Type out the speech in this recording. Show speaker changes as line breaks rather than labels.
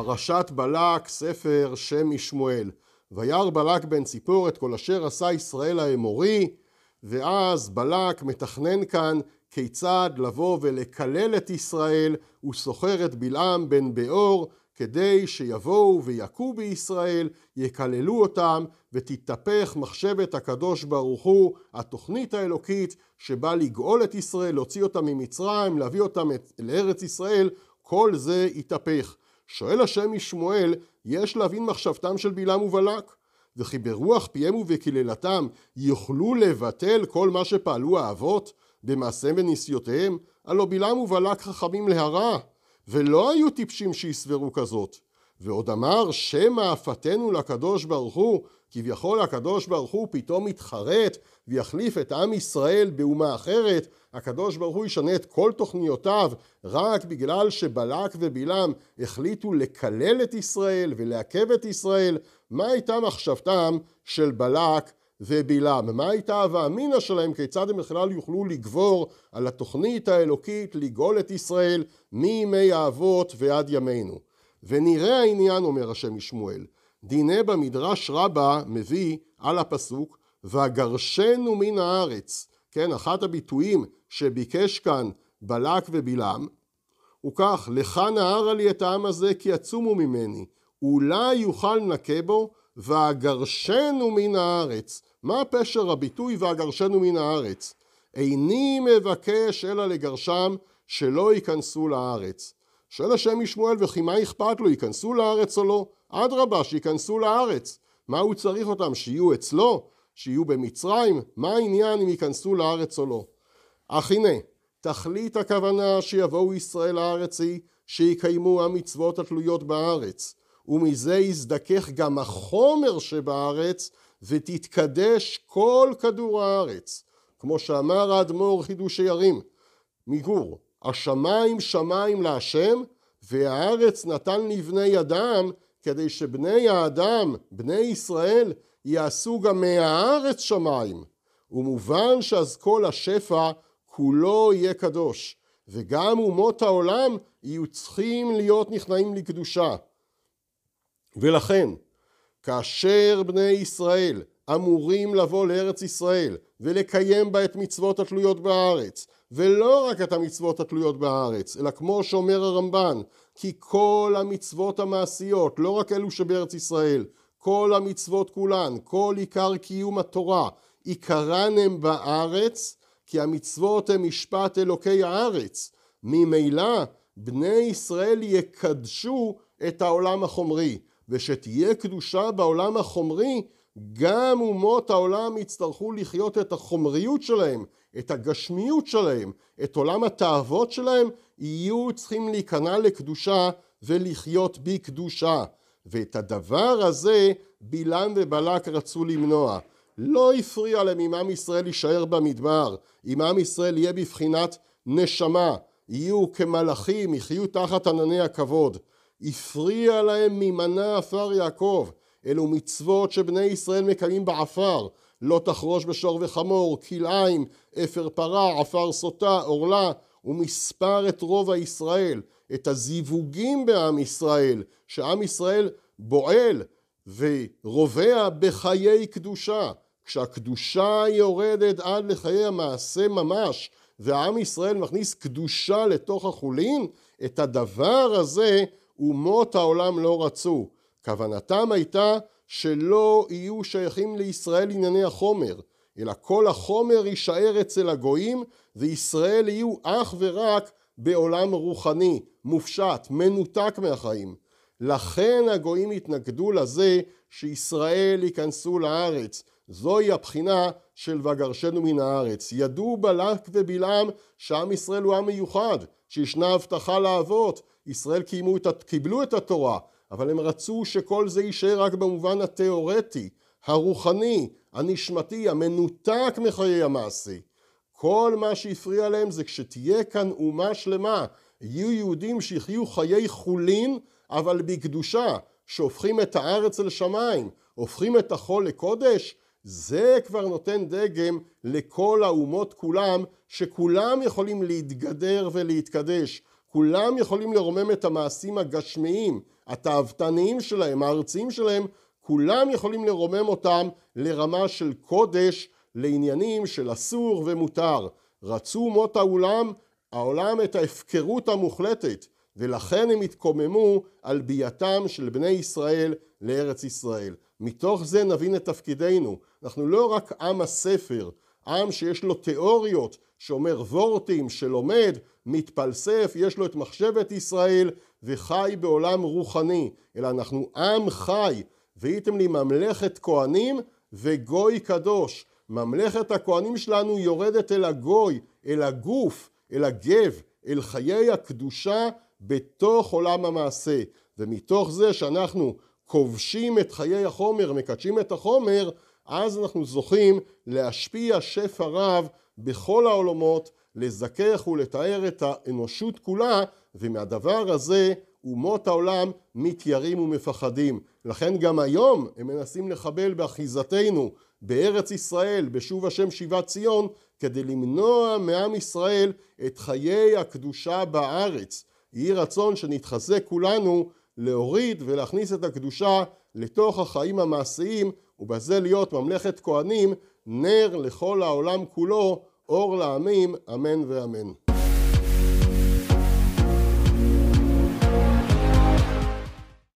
פרשת בלק, ספר שם משמואל. וירא בלק בן ציפור את כל אשר עשה ישראל האמורי, ואז בלק מתכנן כאן כיצד לבוא ולקלל את ישראל, הוא סוחר את בלעם בן באור, כדי שיבואו ויכו בישראל, יקללו אותם, ותתהפך מחשבת הקדוש ברוך הוא, התוכנית האלוקית שבא לגאול את ישראל, להוציא אותם ממצרים, להביא אותם לארץ ישראל, כל זה יתהפך. שואל השם משמואל, יש להבין מחשבתם של בלעם ובלק? וכי ברוח פיהם ובקללתם יוכלו לבטל כל מה שפעלו האבות במעשיהם ונסיותיהם? הלא בלעם ובלק חכמים להרע, ולא היו טיפשים שיסברו כזאת. ועוד אמר, שמא אפתנו לקדוש ברוך הוא, כביכול הקדוש ברוך הוא פתאום מתחרט ויחליף את עם ישראל באומה אחרת. הקדוש ברוך הוא ישנה את כל תוכניותיו רק בגלל שבלק ובלעם החליטו לקלל את ישראל ולעכב את ישראל. מה הייתה מחשבתם של בלק ובלעם? מה הייתה ההווה שלהם? כיצד הם בכלל יוכלו לגבור על התוכנית האלוקית לגאול את ישראל מימי האבות ועד ימינו? ונראה העניין, אומר השם משמואל, דיני במדרש רבה מביא על הפסוק וגרשנו מן הארץ. כן, אחת הביטויים שביקש כאן בלק ובלעם הוא כך, לך נהרה לי את העם הזה כי יצומו ממני, אולי יוכל נקה בו, וגרשנו מן הארץ. מה פשר הביטוי וגרשנו מן הארץ? איני מבקש אלא לגרשם שלא ייכנסו לארץ. שואל השם משמואל, וכי מה אכפת לו, ייכנסו לארץ או לא? אדרבה, שייכנסו לארץ. מה הוא צריך אותם? שיהיו אצלו? שיהיו במצרים? מה העניין אם ייכנסו לארץ או לא? אך הנה, תכלית הכוונה שיבואו ישראל לארץ היא שיקיימו המצוות התלויות בארץ, ומזה יזדכך גם החומר שבארץ ותתקדש כל כדור הארץ. כמו שאמר האדמו"ר חידוש ירים מגור, השמיים שמיים להשם והארץ נתן לבני אדם, כדי שבני האדם, בני ישראל, יעשו גם מהארץ שמיים. ומובן שאז כל השפע כולו יהיה קדוש, וגם אומות העולם יהיו צריכים להיות נכנעים לקדושה. ולכן, כאשר בני ישראל אמורים לבוא לארץ ישראל ולקיים בה את מצוות התלויות בארץ, ולא רק את המצוות התלויות בארץ, אלא כמו שאומר הרמב"ן, כי כל המצוות המעשיות, לא רק אלו שבארץ ישראל, כל המצוות כולן, כל עיקר קיום התורה, עיקרן הם בארץ, כי המצוות הם משפט אלוקי הארץ. ממילא בני ישראל יקדשו את העולם החומרי, ושתהיה קדושה בעולם החומרי, גם אומות העולם יצטרכו לחיות את החומריות שלהם, את הגשמיות שלהם, את עולם התאוות שלהם, יהיו צריכים להיכנע לקדושה ולחיות בקדושה. ואת הדבר הזה בלעם ובלק רצו למנוע. לא הפריע להם אם עם ישראל יישאר במדבר, אם עם ישראל יהיה בבחינת נשמה, יהיו כמלאכים, יחיו תחת ענני הכבוד. הפריע להם ממנה עפר יעקב, אלו מצוות שבני ישראל מקיימים בעפר, לא תחרוש בשור וחמור, כלאיים, אפר פרה, עפר סוטה, עורלה, ומספר את רוב הישראל, את הזיווגים בעם ישראל, שעם ישראל בועל ורובע בחיי קדושה. כשהקדושה יורדת עד לחיי המעשה ממש, והעם ישראל מכניס קדושה לתוך החולין, את הדבר הזה אומות העולם לא רצו. כוונתם הייתה שלא יהיו שייכים לישראל ענייני החומר, אלא כל החומר יישאר אצל הגויים, וישראל יהיו אך ורק בעולם רוחני, מופשט, מנותק מהחיים. לכן הגויים התנגדו לזה שישראל ייכנסו לארץ. זוהי הבחינה של וגרשנו מן הארץ. ידעו בלק ובלעם שעם ישראל הוא עם מיוחד, שישנה הבטחה לאבות. ישראל קיבלו את התורה, אבל הם רצו שכל זה יישאר רק במובן התיאורטי, הרוחני, הנשמתי, המנותק מחיי המעשה. כל מה שהפריע להם זה כשתהיה כאן אומה שלמה, יהיו יהודים שיחיו חיי חולין, אבל בקדושה, שהופכים את הארץ לשמיים, הופכים את החול לקודש, זה כבר נותן דגם לכל האומות כולם, שכולם יכולים להתגדר ולהתקדש. כולם יכולים לרומם את המעשים הגשמיים, התאוותניים שלהם, הארציים שלהם, כולם יכולים לרומם אותם לרמה של קודש, לעניינים של אסור ומותר. רצו אומות העולם את ההפקרות המוחלטת, ולכן הם התקוממו על בייתם של בני ישראל לארץ ישראל. מתוך זה נבין את תפקידנו. אנחנו לא רק עם הספר, עם שיש לו תיאוריות, שאומר וורטים, שלומד, מתפלסף, יש לו את מחשבת ישראל וחי בעולם רוחני, אלא אנחנו עם חי. והייתם לי ממלכת כהנים וגוי קדוש. ממלכת הכהנים שלנו יורדת אל הגוי, אל הגוף, אל הגב, אל חיי הקדושה בתוך עולם המעשה. ומתוך זה שאנחנו כובשים את חיי החומר, מקדשים את החומר, אז אנחנו זוכים להשפיע שפע רב בכל העולמות, לזכך ולתאר את האנושות כולה, ומהדבר הזה אומות העולם מתיירים ומפחדים. לכן גם היום הם מנסים לחבל באחיזתנו בארץ ישראל, בשוב השם שיבת ציון, כדי למנוע מעם ישראל את חיי הקדושה בארץ. יהי רצון שנתחזק כולנו להוריד ולהכניס את הקדושה לתוך החיים המעשיים, ובזה להיות ממלכת כהנים, נר לכל העולם כולו, אור לעמים, אמן ואמן.